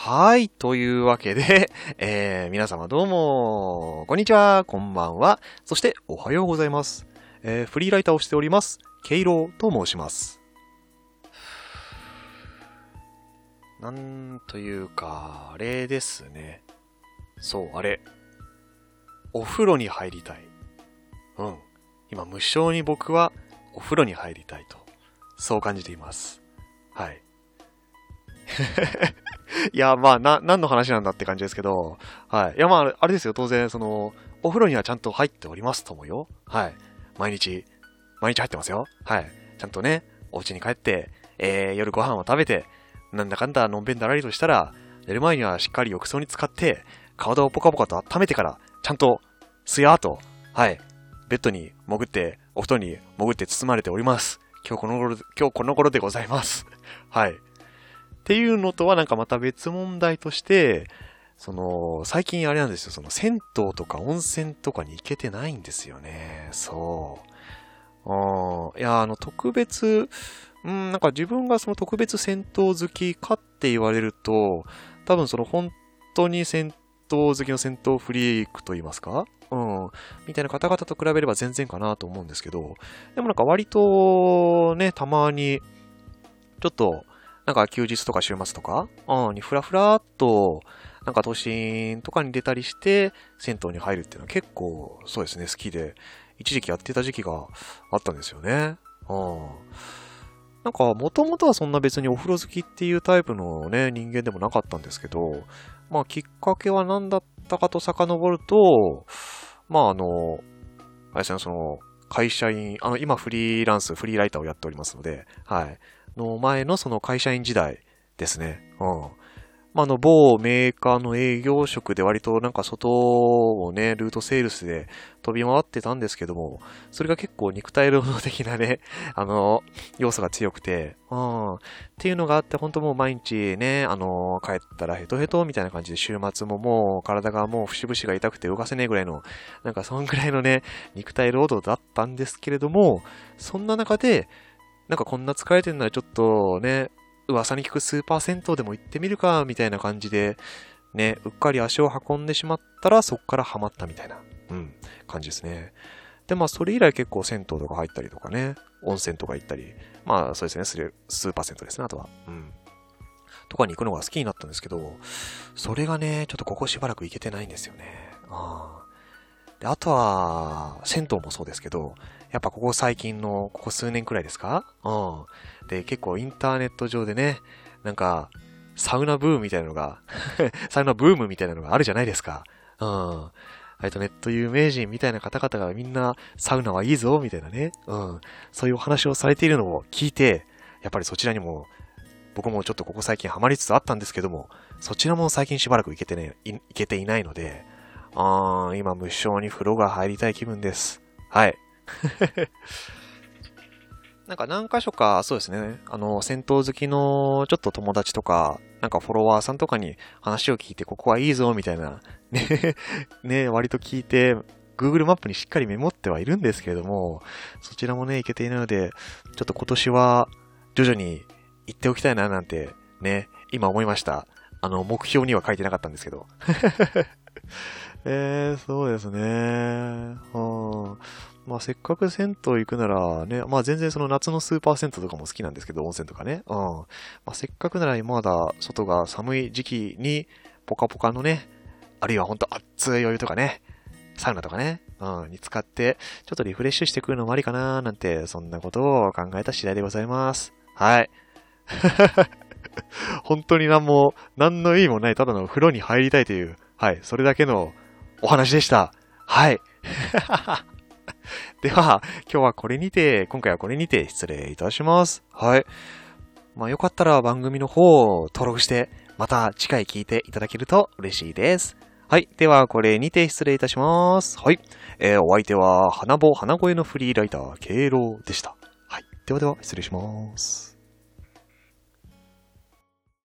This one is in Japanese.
はい。というわけで、皆様どうも、こんにちは、こんばんは、そしておはようございます。フリーライターをしております、ケイロウと申します。なんというか、あれですね。そう、あれ。お風呂に入りたい。うん。今、無性に僕はお風呂に入りたいと、そう感じています。はい。いや、まあ、何の話なんだって感じですけど、はい。いや、まあ、あれですよ、当然、お風呂にはちゃんと入っておりますともよ。はい。毎日入ってますよ。はい。ちゃんとね、お家に帰って、夜ご飯を食べて、なんだかんだのんべんだらりとしたら、寝る前にはしっかり浴槽に浸かって、体をポカポカと温めてから、ちゃんと、すやーと、はい。ベッドに潜って、お布団に潜って包まれております。今日この頃でございます。はい。っていうのとはなんかまた別問題として、最近あれなんですよ、銭湯とか温泉とかに行けてないんですよね。そう。いや、特別、なんか自分がその特別銭湯好きかって言われると、多分本当に銭湯好きの銭湯フリークと言いますかみたいな方々と比べれば全然かなと思うんですけど、でもなんか割とね、たまに、ちょっと、なんか休日とか週末とか、にふらふらっと、なんか都心とかに出たりして、銭湯に入るっていうのは結構、そうですね、好きで、一時期やってた時期があったんですよね。なんか、もともとはそんな別にお風呂好きっていうタイプのね、人間でもなかったんですけど、まあ、きっかけは何だったかと遡ると、まあ、あれですね、会社員、今フリーライターをやっておりますので、はい。の前のその会社員時代ですね。まあ、某メーカーの営業職で割となんか外をね、ルートセールスで飛び回ってたんですけども、それが結構肉体労働的なね、要素が強くて、っていうのがあって、本当もう毎日ね、帰ったらヘトヘトみたいな感じで週末ももう体がもう節々が痛くて動かせねえぐらいの、なんかそんぐらいのね、肉体労働だったんですけれども、そんな中で、なんかこんな疲れてるならちょっとね、噂に聞くスーパー銭湯でも行ってみるか、みたいな感じで、ね、うっかり足を運んでしまったらそっからハマったみたいな、感じですね。で、まあそれ以来結構銭湯とか入ったりとかね、温泉とか行ったり、まあそうですね、スーパー銭湯ですね、あとは。とかに行くのが好きになったんですけど、それがね、ちょっとここしばらく行けてないんですよね。で、あとは、銭湯もそうですけど、やっぱここ最近の、ここ数年くらいですかで、結構インターネット上でね、なんか、サウナブームみたいなのがサウナブームみたいなのがあるじゃないですか。ネット有名人みたいな方々がみんな、サウナはいいぞ、みたいなね。そういうお話をされているのを聞いて、やっぱりそちらにも、僕もちょっとここ最近ハマりつつあったんですけども、そちらも最近しばらく行けていないので、今無性に風呂が入りたい気分です。はい。なんか何箇所か、そうですね。銭湯好きのちょっと友達とか、なんかフォロワーさんとかに話を聞いて、ここはいいぞ、みたいな、ね、ね、割と聞いて、Google マップにしっかりメモってはいるんですけれども、そちらもね、行けていないので、ちょっと今年は徐々に行っておきたいな、なんて、ね、今思いました。目標には書いてなかったんですけど。そうですね。まあ、せっかく銭湯行くならね、まあ全然その夏のスーパー銭湯とかも好きなんですけど、温泉とかね。まあ、せっかくならまだ外が寒い時期に、ポカポカのね、あるいはほんと熱いお湯とかね、サウナとかね、に使って、ちょっとリフレッシュしてくるのもありかななんて、そんなことを考えた次第でございます。はい。本当に何の意味もない、ただの風呂に入りたいという、はい、それだけのお話でした。はい。では、今回はこれにて失礼いたします。はい。まあよかったら番組の方を登録して、また次回聞いていただけると嬉しいです。はい。では、これにて失礼いたします。はい。お相手は、花声のフリーライター、ケイロウでした。はい。では、失礼します。